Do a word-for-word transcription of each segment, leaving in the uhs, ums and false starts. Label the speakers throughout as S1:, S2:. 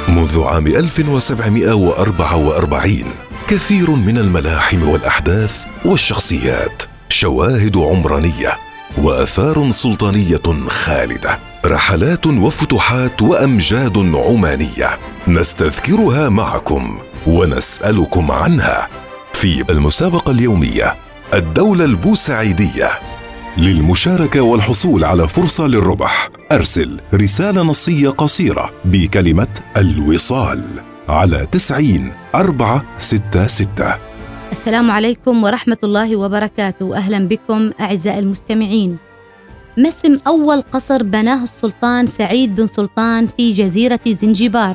S1: منذ عام ألف وسبعمائة وأربعة وأربعين كثير من الملاحم والأحداث والشخصيات، شواهد عمرانية وآثار سلطانية خالدة، رحلات وفتوحات وأمجاد عمانية نستذكرها معكم ونسألكم عنها في المسابقة اليومية الدولة البوسعيدية. للمشاركة والحصول على فرصة للربح أرسل رسالة نصية قصيرة بكلمة الوصال على تسعين أربعة ستة ستة.
S2: السلام عليكم ورحمة الله وبركاته. أهلا بكم أعزائي المستمعين. ما اسم أول قصر بناه السلطان سعيد بن سلطان في جزيرة زنجبار؟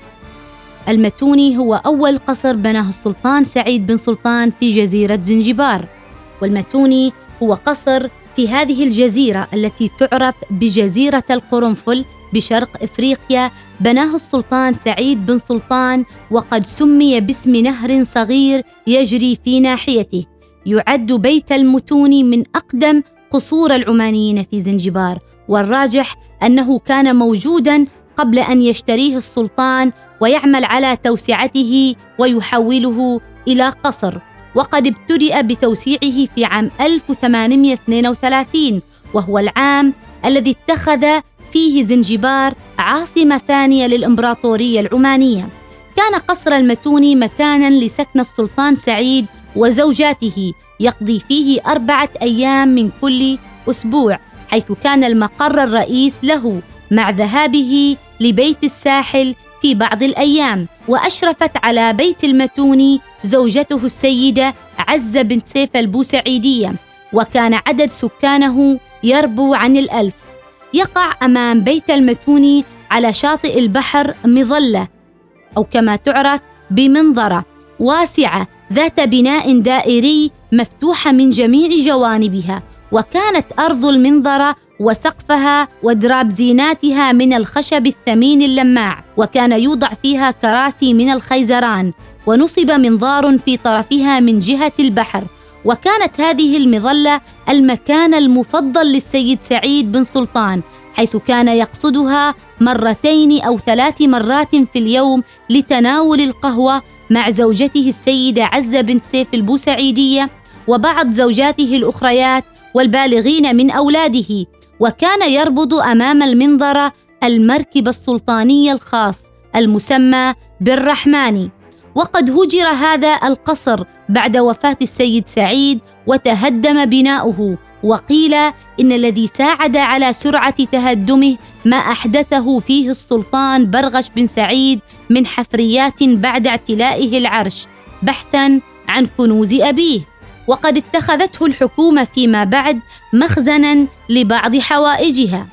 S2: المتوني هو أول قصر بناه السلطان سعيد بن سلطان في جزيرة زنجبار، والمتوني هو قصر في هذه الجزيرة التي تعرف بجزيرة القرنفل بشرق إفريقيا، بناه السلطان سعيد بن سلطان، وقد سمي باسم نهر صغير يجري في ناحيته. يعد بيت المتوني من أقدم قصور العمانيين في زنجبار، والراجح أنه كان موجوداً قبل أن يشتريه السلطان ويعمل على توسعته ويحوله إلى قصر. وقد ابتدأ بتوسيعه في عام ألف وثمانمائة واثنين وثلاثين، وهو العام الذي اتخذ فيه زنجبار عاصمة ثانية للإمبراطورية العمانية. كان قصر المتوني مكاناً لسكن السلطان سعيد وزوجاته، يقضي فيه أربعة أيام من كل أسبوع، حيث كان المقر الرئيس له، مع ذهابه لبيت الساحل في بعض الأيام. وأشرفت على بيت المتوني زوجته السيدة عزة بنت سيف البوسعيدية، وكان عدد سكانه يربو عن الألف. يقع أمام بيت المتوني على شاطئ البحر مظلة، أو كما تعرف بمنظرة واسعة ذات بناء دائري مفتوحة من جميع جوانبها، وكانت أرض المنظرة وسقفها ودراب زيناتها من الخشب الثمين اللماع، وكان يوضع فيها كراسي من الخيزران، ونصب منظار في طرفها من جهة البحر. وكانت هذه المظلة المكان المفضل للسيد سعيد بن سلطان، حيث كان يقصدها مرتين أو ثلاث مرات في اليوم لتناول القهوة مع زوجته السيدة عزة بنت سيف البوسعيدية وبعض زوجاته الأخريات والبالغين من أولاده. وكان يربض أمام المنظرة المركب السلطاني الخاص المسمى بالرحماني. وقد هجر هذا القصر بعد وفاة السيد سعيد وتهدم بناؤه، وقيل إن الذي ساعد على سرعة تهدمه ما أحدثه فيه السلطان برغش بن سعيد من حفريات بعد اعتلائه العرش بحثاً عن كنوز أبيه. وقد اتخذته الحكومة فيما بعد مخزناً لبعض حوائجها.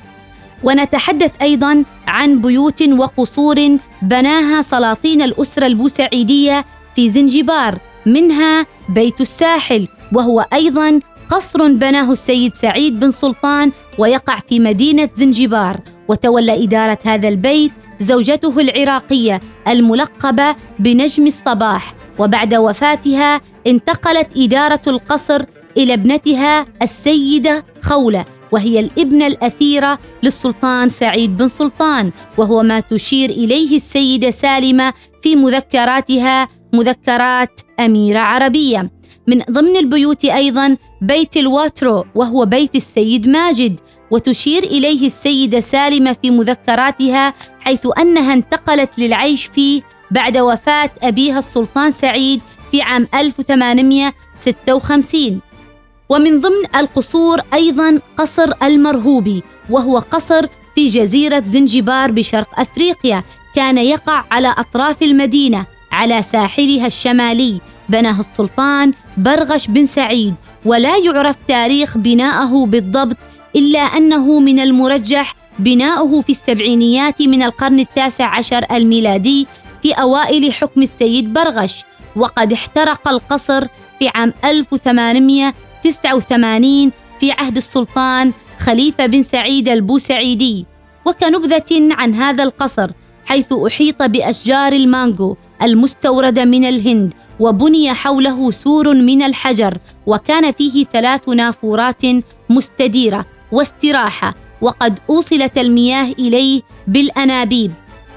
S2: ونتحدث أيضاً عن بيوت وقصور بناها سلاطين الأسرة البوسعيدية في زنجبار، منها بيت الساحل، وهو أيضاً قصر بناه السيد سعيد بن سلطان ويقع في مدينة زنجبار. وتولى إدارة هذا البيت زوجته العراقية الملقبة بنجم الصباح، وبعد وفاتها انتقلت إدارة القصر إلى ابنتها السيدة خولة، وهي الابنة الأثيرة للسلطان سعيد بن سلطان، وهو ما تشير إليه السيدة سالمة في مذكراتها مذكرات أميرة عربية. من ضمن البيوت أيضاً بيت الواترو، وهو بيت السيد ماجد، وتشير إليه السيدة سالمة في مذكراتها حيث أنها انتقلت للعيش فيه بعد وفاة أبيها السلطان سعيد في عام ألف وثمانمائة وستة وخمسين. ومن ضمن القصور أيضاً قصر المرهوبي، وهو قصر في جزيرة زنجبار بشرق أفريقيا، كان يقع على أطراف المدينة على ساحلها الشمالي. بناه السلطان برغش بن سعيد، ولا يعرف تاريخ بناءه بالضبط، إلا أنه من المرجح بناؤه في السبعينيات من القرن التاسع عشر الميلادي في أوائل حكم السيد برغش. وقد احترق القصر في عام ألف وثمانمائة وتسعة وثمانين في عهد السلطان خليفة بن سعيد البوسعيدي. وكنبذة عن هذا القصر، حيث أحيط بأشجار المانجو المستوردة من الهند، وبني حوله سور من الحجر، وكان فيه ثلاث نافورات مستديرة واستراحة، وقد أوصلت المياه إليه بالأنابيب.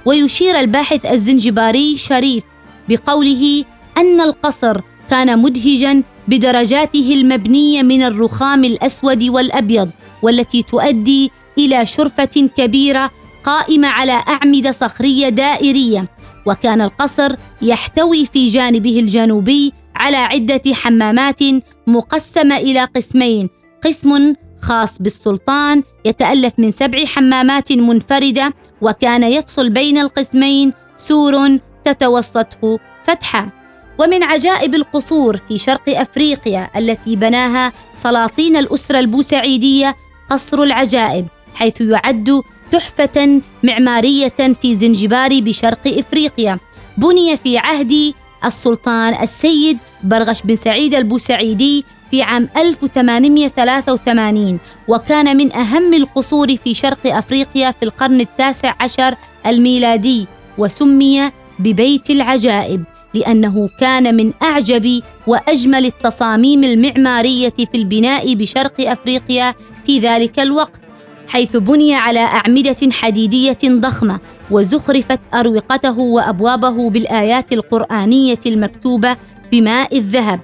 S2: ويشير الباحث الزنجباري شريف بقوله أن القصر كان مدهجاً بدرجاته المبنية من الرخام الأسود والأبيض، والتي تؤدي إلى شرفة كبيرة قائمة على أعمدة صخرية دائرية. وكان القصر يحتوي في جانبه الجنوبي على عدة حمامات مقسمة إلى قسمين، قسم خاص بالسلطان يتألف من سبع حمامات منفردة، وكان يفصل بين القسمين سور تتوسطه فتحة. ومن عجائب القصور في شرق أفريقيا التي بناها سلاطين الأسرة البوسعيدية قصر العجائب، حيث يعد تحفة معمارية في زنجبار بشرق إفريقيا. بني في عهد السلطان السيد برغش بن سعيد البوسعيدي في عام ألف وثمانمائة وثلاثة وثمانين، وكان من أهم القصور في شرق أفريقيا في القرن التاسع عشر الميلادي، وسمي ببيت العجائب لأنه كان من أعجب وأجمل التصاميم المعمارية في البناء بشرق أفريقيا في ذلك الوقت، حيث بني على أعمدة حديدية ضخمة، وزخرفت أروقته وأبوابه بالآيات القرآنية المكتوبة بماء الذهب.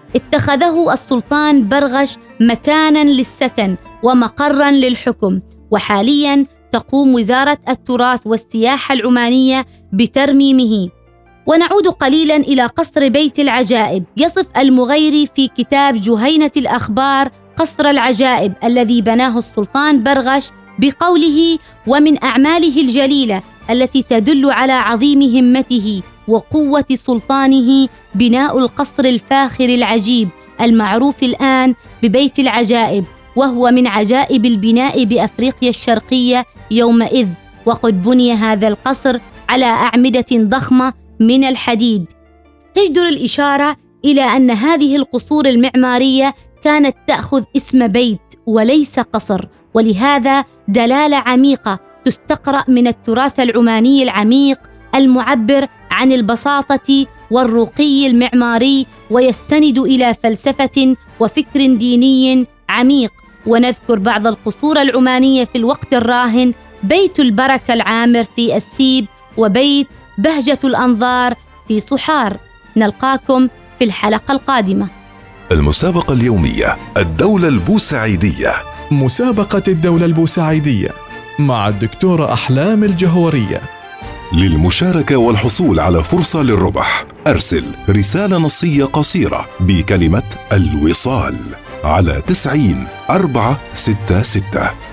S2: اتخذه السلطان برغش مكاناً للسكن ومقراً للحكم، وحالياً تقوم وزارة التراث والسياحة العمانية بترميمه. ونعود قليلاً إلى قصر بيت العجائب. يصف المغيري في كتاب جهينة الأخبار قصر العجائب الذي بناه السلطان برغش بقوله: ومن أعماله الجليلة التي تدل على عظيم همته وقوة سلطانه بناء القصر الفاخر العجيب المعروف الآن ببيت العجائب، وهو من عجائب البناء بأفريقيا الشرقية يومئذ. وقد بني هذا القصر على أعمدة ضخمة من الحديد. تجدر الإشارة إلى أن هذه القصور المعمارية كانت تأخذ اسم بيت وليس قصر، ولهذا دلالة عميقة تستقرأ من التراث العماني العميق المعبر عن البساطة والرقي المعماري، ويستند إلى فلسفة وفكر ديني عميق. ونذكر بعض القصور العمانية في الوقت الراهن: بيت البركة العامر في السيب، وبيت بهجة الأنظار في صحار. نلقاكم في الحلقة القادمة.
S1: المسابقة اليومية الدولة البوسعيدية.
S3: مسابقة الدولة البوسعيدية مع الدكتورة أحلام الجهورية.
S1: للمشاركة والحصول على فرصة للربح، أرسل رسالة نصية قصيرة بكلمة الوصال على تسعين أربعة ستة ستة.